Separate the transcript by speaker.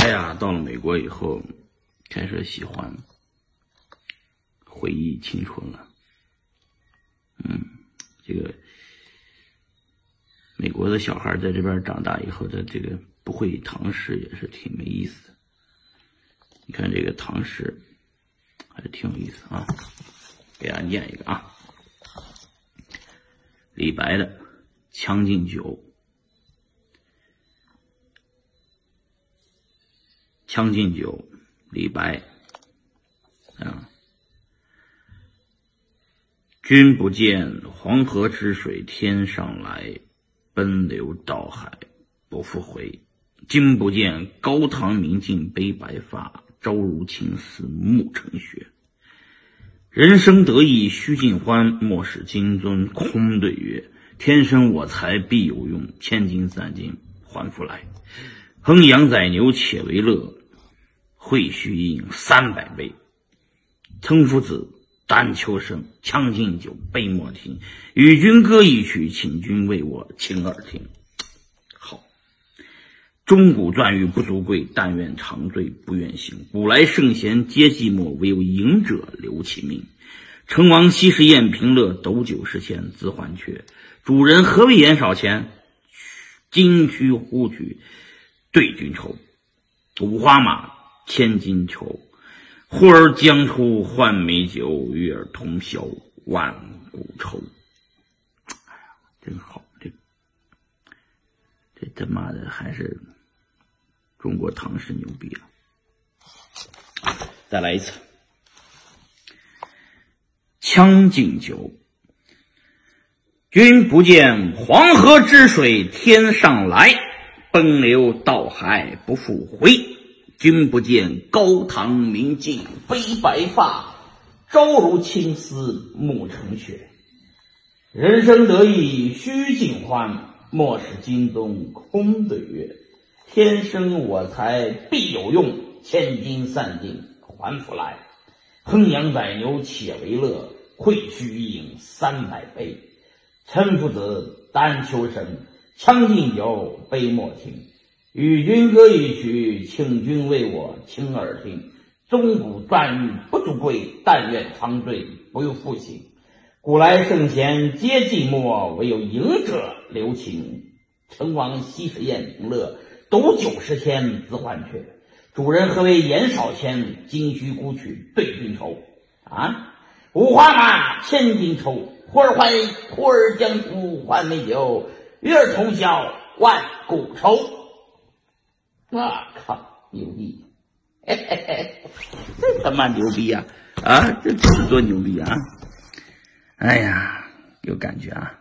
Speaker 1: 呀，到了美国以后，开始喜欢回忆青春了。这个美国的小孩在这边长大以后的这个不会唐诗也是挺没意思的。你看这个唐诗还是挺有意思啊，给大家念一个啊。李白的《将进酒》。《将进酒》，李白君不见黄河之水天上来，奔流到海不复回。君不见高堂明镜悲白发，朝如青丝暮成雪。人生得意须尽欢，莫使金樽空对月。天生我材必有用，千金散尽还复来。烹羊宰牛且为乐，会须一饮300杯。岑夫子，丹丘生，将进酒，杯莫停。与君歌一曲，请君为我倾耳听。好，钟鼓馔玉不足贵，但愿长醉不愿醒。古来圣贤皆寂寞，唯有饮者留其名。成王昔时宴平乐，斗酒十千恣欢谑。主人何为言少钱？金须呼取对君抽。五花马，千金裘。呼儿将出换美酒，与尔同销万古愁。哎呀，真好，这他妈的还是中国唐诗牛逼了。再来一次。将进酒。君不见黄河之水天上来，奔流到海不复回。君不见高堂明镜悲白发，朝如青丝暮成雪。人生得意须尽欢，莫使金樽空对月。天生我材必有用，千金散尽还复来。烹羊宰牛且为乐，会须一饮300杯。岑夫子，丹丘生，将进酒，杯莫停。与君歌一曲，请君为我倾耳听。钟鼓馔玉不足贵，但愿长醉不复醒。古来圣贤皆寂寞，唯有饮者留其名。成王昔时宴平乐，斗酒十千恣欢谑。主人何为言少钱？金须呼取对君抽。五花马，千金裘。呼儿将出换美酒，与尔同销万古愁。我靠，牛逼！这他妈牛逼啊！这多牛逼啊！哎呀，有感觉啊！